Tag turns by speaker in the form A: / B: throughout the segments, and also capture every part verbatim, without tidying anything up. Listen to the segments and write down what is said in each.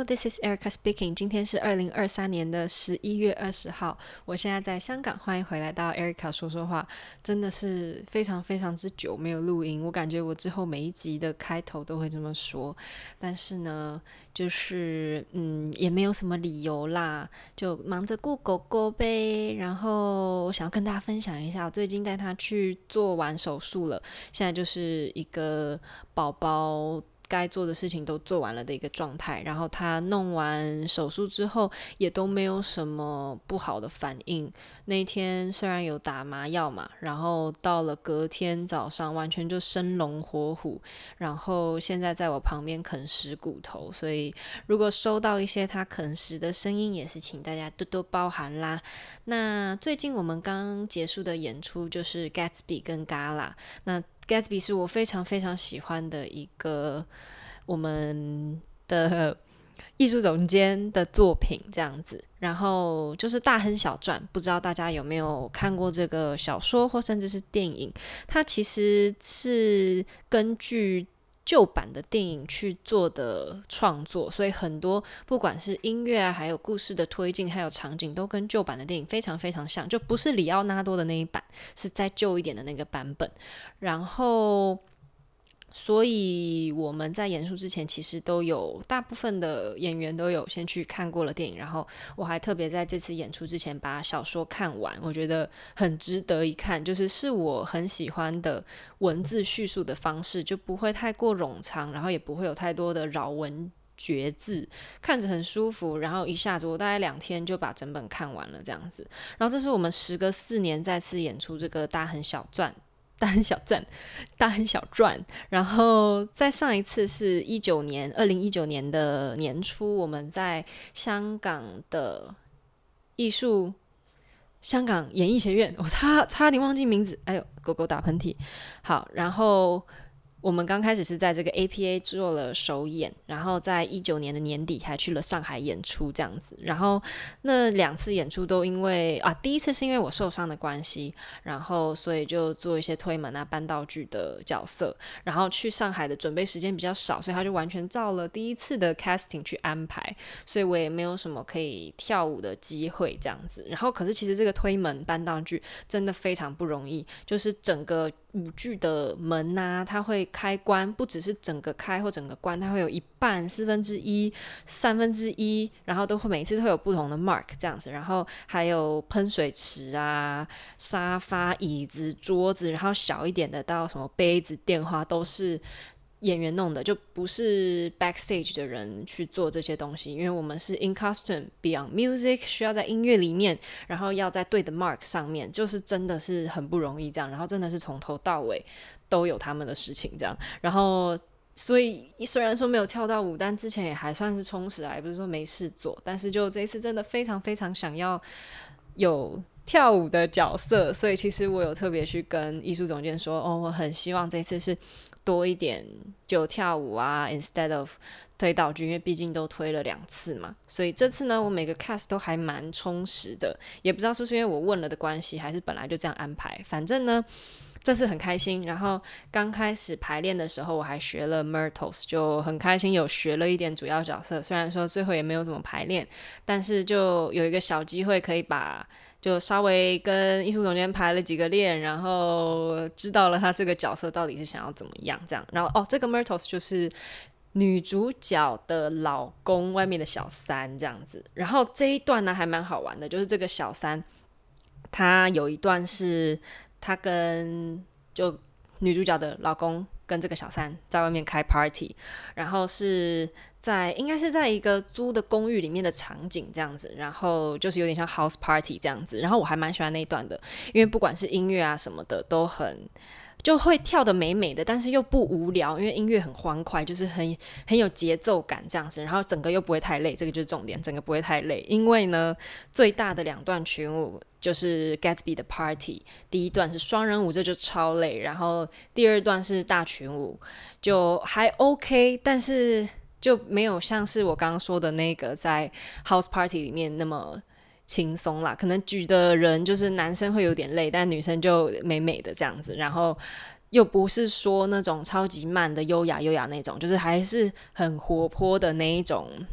A: this is Erica speaking. 今天是二零二三年的十一月二十号，我现在在香港，欢迎回来到 Erica 说说话。真的是非常非常之久没有录音，我感觉我之后每一集的开头都会这么说，但是呢，就是嗯，也没有什么理由啦，就忙着顾狗狗呗。然后我想要跟大家分享一下，我最近带他去做完手术了，现在就是一个宝宝该做的事情都做完了的一个状态，然后他弄完手术之后也都没有什么不好的反应。那一天虽然有打麻药嘛，然后到了隔天早上完全就生龙活虎，然后现在在我旁边啃食骨头，所以如果收到一些他啃食的声音，也是请大家多多包涵啦。那最近我们刚结束的演出就是 Gatsby 跟 Gala， 那Gatsby 是我非常非常喜欢的一个我们的艺术总监的作品这样子，然后就是大亨小传，不知道大家有没有看过这个小说或甚至是电影。它其实是根据旧版的电影去做的创作，所以很多不管是音乐啊，还有故事的推进，还有场景都跟旧版的电影非常非常像，就不是里奥纳多的那一版，是再旧一点的那个版本。然后所以我们在演出之前其实都有大部分的演员都有先去看过了电影，然后我还特别在这次演出之前把小说看完，我觉得很值得一看，就是是我很喜欢的文字叙述的方式，就不会太过冗长，然后也不会有太多的扰文绝字，看着很舒服，然后一下子我大概两天就把整本看完了这样子。然后这是我们时隔四年再次演出这个大亨小传大亨小传大亨小传，然后在上一次是一九年二零一九年的年初，我们在香港的艺术香港演艺学院，我差差点忘记名字，哎呦，狗狗打喷嚏。好，然后我们刚开始是在这个 A P A 做了首演，然后在一九年的年底还去了上海演出这样子。然后那两次演出都因为啊，第一次是因为我受伤的关系，然后所以就做一些推门啊、搬道具的角色。然后去上海的准备时间比较少，所以他就完全照了第一次的 casting 去安排，所以我也没有什么可以跳舞的机会这样子。然后可是其实这个推门搬道具真的非常不容易，就是整个舞剧的门啊，它会开关，不只是整个开或整个关，它会有一半、四分之一、三分之一，然后都会每次都会有不同的 mark 这样子，然后还有喷水池啊、沙发、椅子、桌子，然后小一点的到什么杯子、电话都是演员弄的，就不是 backstage 的人去做这些东西，因为我们是 in costume beyond music， 需要在音乐里面，然后要在对的 mark 上面，就是真的是很不容易这样，然后真的是从头到尾都有他们的事情这样，然后所以虽然说没有跳到舞，但之前也还算是充实啊，也不是说没事做，但是就这一次真的非常非常想要有跳舞的角色，所以其实我有特别去跟艺术总监说，哦，我很希望这次是多一点就跳舞啊 instead of 推道具，因为毕竟都推了两次嘛，所以这次呢我每个 cast 都还蛮充实的，也不知道是不是因为我问了的关系，还是本来就这样安排，反正呢这次很开心。然后刚开始排练的时候我还学了 Myrtles， 就很开心有学了一点主要角色，虽然说最后也没有怎么排练，但是就有一个小机会可以把就稍微跟艺术总监排了几个练，然后知道了他这个角色到底是想要怎么样这样。然后哦，这个 Myrtles 就是女主角的老公外面的小三这样子。然后这一段呢还蛮好玩的，就是这个小三他有一段是他跟就女主角的老公跟这个小三在外面开 party， 然后是在应该是在一个租的公寓里面的场景这样子，然后就是有点像 house party 这样子，然后我还蛮喜欢那一段的，因为不管是音乐啊什么的都很就会跳得美美的，但是又不无聊，因为音乐很欢快，就是很很有节奏感这样子，然后整个又不会太累，这个就是重点，整个不会太累。因为呢最大的两段群舞就是 Gatsby 的 Party， 第一段是双人舞，这就超累，然后第二段是大群舞，就还 OK， 但是就没有像是我刚刚说的那个在 House Party 里面那么轻松啦，可能举的人就是男生会有点累，但女生就美美的这样子，然后又不是说那种超级慢的优雅优雅那种，就是还是很活泼的那一种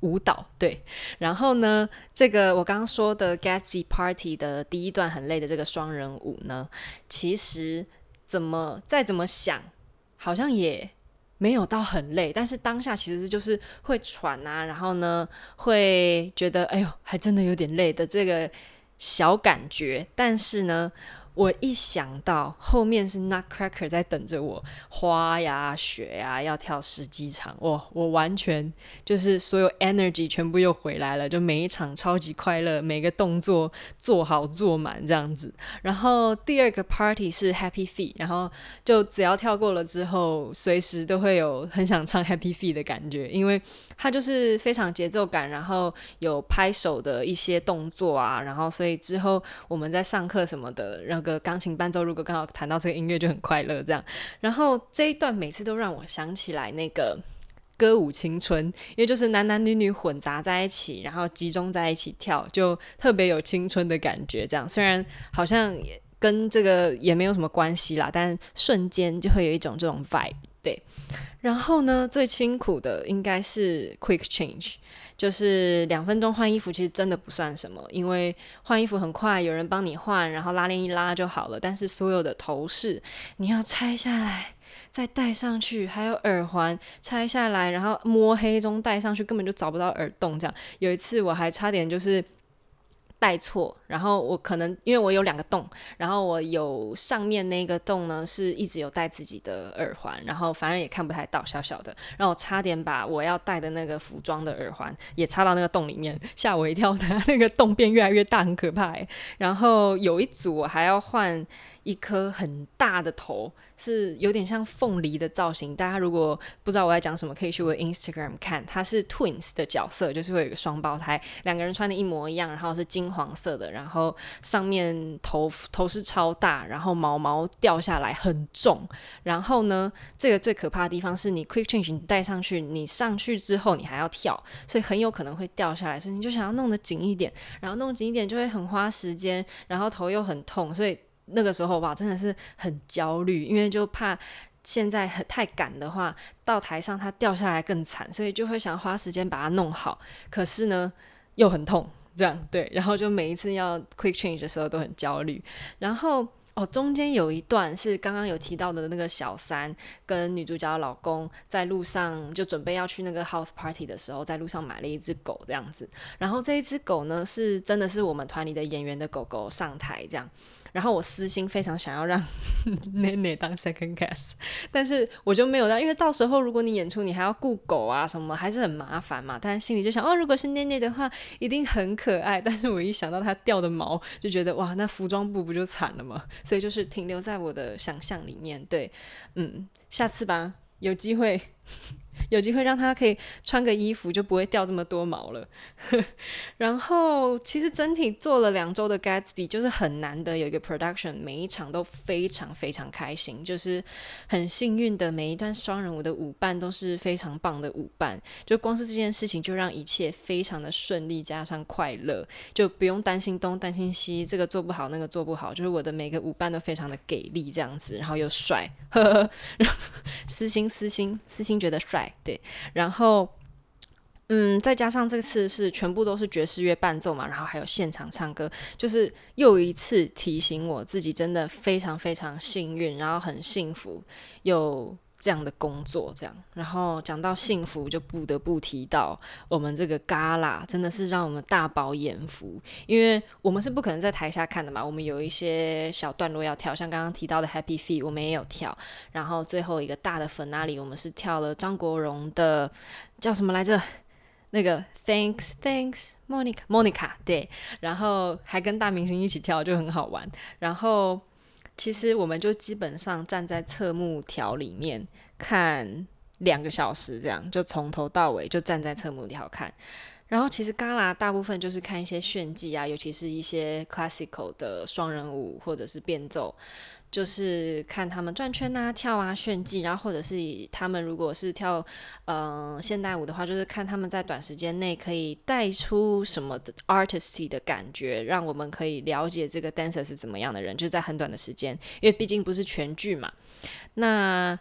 A: 舞蹈，对。然后呢，这个我刚刚说的 Gatsby Party 的第一段很累的这个双人舞呢，其实怎么再怎么想，好像也没有到很累，但是当下其实就是会喘啊，然后呢会觉得哎呦还真的有点累的这个小感觉。但是呢我一想到后面是 Nutcracker 在等着我，花呀雪呀要跳十几场，哇，我完全就是所有 energy 全部又回来了，就每一场超级快乐，每个动作做好做满这样子。然后第二个 party 是 Happy Feet， 然后就只要跳过了之后随时都会有很想唱 Happy Feet 的感觉，因为它就是非常节奏感，然后有拍手的一些动作啊，然后所以之后我们在上课什么的，那个钢琴伴奏如果刚好弹到这个音乐就很快乐这样。然后这一段每次都让我想起来那个歌舞青春，因为就是男男女女混杂在一起，然后集中在一起跳，就特别有青春的感觉这样。虽然好像跟这个也没有什么关系啦，但瞬间就会有一种这种 vibe， 对。然后呢最辛苦的应该是 quick change， 就是两分钟换衣服，其实真的不算什么，因为换衣服很快，有人帮你换，然后拉链一拉就好了。但是所有的头饰你要拆下来再戴上去，还有耳环拆下来，然后摸黑中戴上去，根本就找不到耳洞这样。有一次我还差点就是戴错，然后我可能因为我有两个洞，然后我有上面那个洞呢是一直有戴自己的耳环，然后反正也看不太到，小小的，然后我差点把我要戴的那个服装的耳环也插到那个洞里面，吓我一跳，那个洞变越来越大，很可怕耶。然后有一组我还要换一颗很大的头，是有点像凤梨的造型，大家如果不知道我在讲什么可以去我的 Instagram 看，它是 Twins 的角色，就是会有一个双胞胎，两个人穿的一模一样，然后是金黄色的，然后上面头头是超大，然后毛毛掉下来很重。然后呢这个最可怕的地方是你 quick change 你戴上去，你上去之后你还要跳，所以很有可能会掉下来，所以你就想要弄得紧一点，然后弄紧一点就会很花时间，然后头又很痛，所以那个时候吧真的是很焦虑，因为就怕现在很太赶的话到台上它掉下来更惨，所以就会想花时间把它弄好，可是呢又很痛这样，对。然后就每一次要 quick change 的时候都很焦虑。然后哦，中间有一段是刚刚有提到的那个小三跟女主角的老公在路上就准备要去那个 house party 的时候，在路上买了一只狗这样子。然后这一只狗呢是真的是我们团里的演员的狗狗上台这样，然后我私心非常想要让内内当 second cast， 但是我就没有让，因为到时候如果你演出你还要顾狗啊什么还是很麻烦嘛，但是心里就想哦，如果是内内的话一定很可爱，但是我一想到它掉的毛就觉得哇，那服装部不就惨了吗？所以就是停留在我的想象里面。对，嗯，下次吧，有机会有机会让他可以穿个衣服就不会掉这么多毛了然后其实整体做了两周的 Gatsby 就是很难得有一个 production， 每一场都非常非常开心，就是很幸运的每一段双人舞的舞伴都是非常棒的舞伴，就光是这件事情就让一切非常的顺利加上快乐，就不用担心东担心西，这个做不好那个做不好，就是我的每个舞伴都非常的给力这样子，然后又帅呵呵私心私心私心觉得帅，对。然后嗯，再加上这次是全部都是爵士乐伴奏嘛，然后还有现场唱歌，就是又一次提醒我自己真的非常非常幸运，然后很幸福有这样的工作这样。然后讲到幸福就不得不提到我们这个 gala 真的是让我们大饱眼福，因为我们是不可能在台下看的嘛，我们有一些小段落要跳，像刚刚提到的 Happy Feet 我们也有跳，然后最后一个大的 finale 我们是跳了张国荣的叫什么来着，那个 Thanks Thanks Monica Monica 对，然后还跟大明星一起跳就很好玩。然后其实我们就基本上站在侧幕条里面看两个小时这样，就从头到尾就站在侧幕条看。然后其实 Gala 大部分就是看一些炫技啊，尤其是一些 classical 的双人舞或者是变奏，就是看他们转圈啊跳啊炫技，然后或者是他们如果是跳呃现代舞的话，就是看他们在短时间内可以带出什么的 artisty 的感觉，让我们可以了解这个 dancer 是怎么样的人，就是在很短的时间，因为毕竟不是全剧嘛。那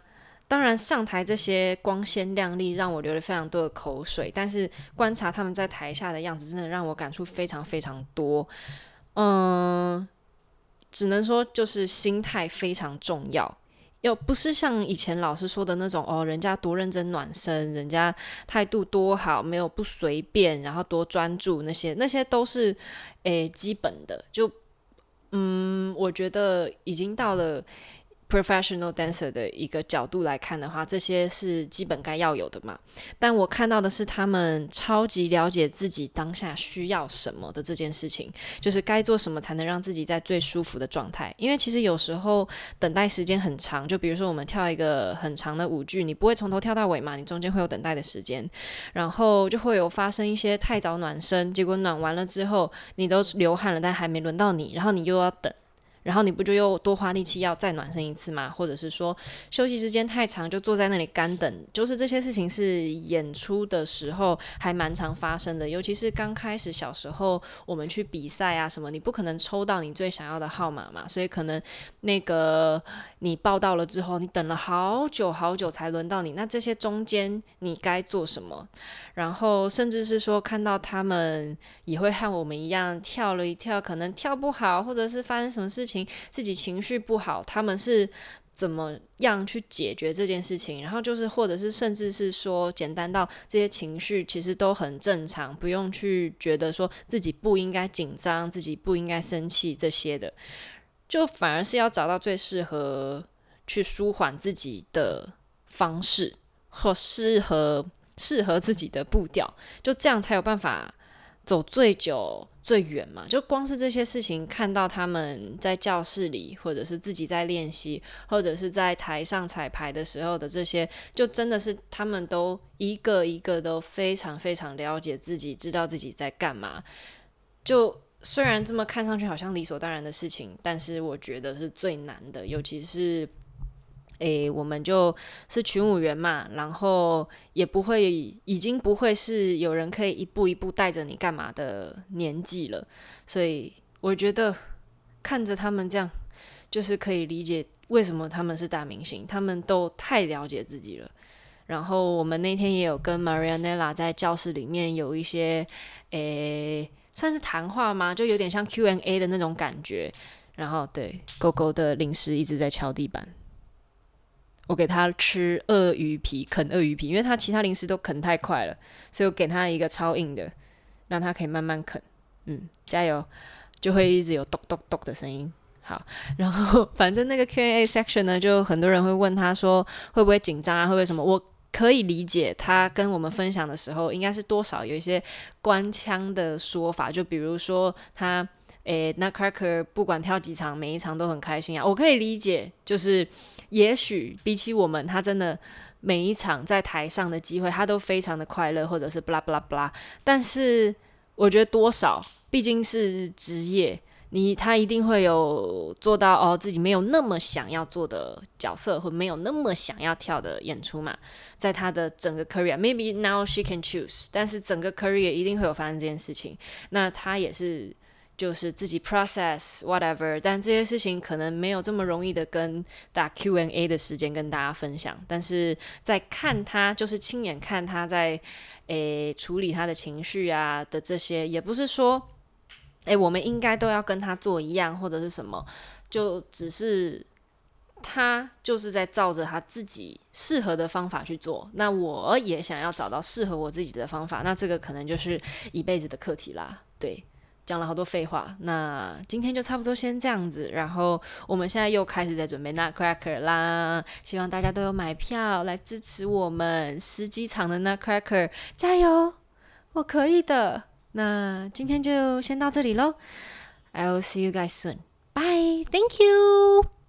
A: 当然上台这些光鲜亮丽让我流了非常多的口水，但是观察他们在台下的样子真的让我感触非常非常多。嗯，只能说就是心态非常重要，又不是像以前老师说的那种哦，人家多认真暖身，人家态度多好，没有不随便，然后多专注，那些那些都是诶基本的。就嗯，我觉得已经到了professional dancer 的一个角度来看的话，这些是基本该要有的嘛。但我看到的是他们超级了解自己当下需要什么的这件事情，就是该做什么才能让自己在最舒服的状态。因为其实有时候等待时间很长，就比如说我们跳一个很长的舞剧，你不会从头跳到尾嘛，你中间会有等待的时间，然后就会有发生一些太早暖身，结果暖完了之后你都流汗了，但还没轮到你，然后你又要等，然后你不就又多花力气要再暖身一次吗？或者是说休息时间太长就坐在那里干等，就是这些事情是演出的时候还蛮常发生的。尤其是刚开始小时候我们去比赛啊什么，你不可能抽到你最想要的号码嘛，所以可能那个你报到了之后你等了好久好久才轮到你，那这些中间你该做什么？然后甚至是说看到他们也会和我们一样跳了一跳，可能跳不好或者是发生什么事情自己情绪不好，他们是怎么样去解决这件事情，然后就是或者是甚至是说简单到这些情绪其实都很正常，不用去觉得说自己不应该紧张，自己不应该生气这些的，就反而是要找到最适合去舒缓自己的方式，或适合适合自己的步调，就这样才有办法走最久最远嘛。就光是这些事情，看到他们在教室里或者是自己在练习或者是在台上彩排的时候的这些，就真的是他们都一个一个都非常非常了解自己，知道自己在干嘛。就虽然这么看上去好像理所当然的事情，但是我觉得是最难的，尤其是诶，我们就是群舞员嘛，然后也不会，已经不会是有人可以一步一步带着你干嘛的年纪了，所以我觉得看着他们这样，就是可以理解为什么他们是大明星，他们都太了解自己了。然后我们那天也有跟 Marianela 在教室里面有一些，诶，算是谈话吗？就有点像 Q and A 的那种感觉。然后对，狗狗的零食一直在敲地板。我给他吃鳄鱼皮，啃鳄鱼皮，因为他其他零食都啃太快了，所以我给他一个超硬的，让他可以慢慢啃。嗯，加油，就会一直有咚咚咚的声音。好，然后反正那个 Q and A section 呢，就很多人会问他说会不会紧张啊，会不会什么？我可以理解他跟我们分享的时候，应该是多少有一些官腔的说法，就比如说他。诶 Nutcracker 不管跳几场每一场都很开心啊，我可以理解，就是也许比起我们他真的每一场在台上的机会他都非常的快乐，或者是 blah blah blah， 但是我觉得多少毕竟是职业，你他一定会有做到哦自己没有那么想要做的角色，或没有那么想要跳的演出嘛，在他的整个 career maybe now she can choose， 但是整个 career 一定会有发生这件事情，那他也是就是自己 process whatever， 但这些事情可能没有这么容易的跟打 Q and A 的时间跟大家分享，但是在看他就是亲眼看他在诶处理他的情绪啊的这些，也不是说诶我们应该都要跟他做一样或者是什么，就只是他就是在照着他自己适合的方法去做，那我也想要找到适合我自己的方法，那这个可能就是一辈子的课题啦。对，讲了好多废话，那今天就差不多先这样子，然后我们现在又开始在准备 Nutcracker 啦，希望大家都有买票来支持我们十几场的 Nutcracker， 加油，我可以的。那今天就先到这里咯， I'll see you guys soon. Bye. Thank you.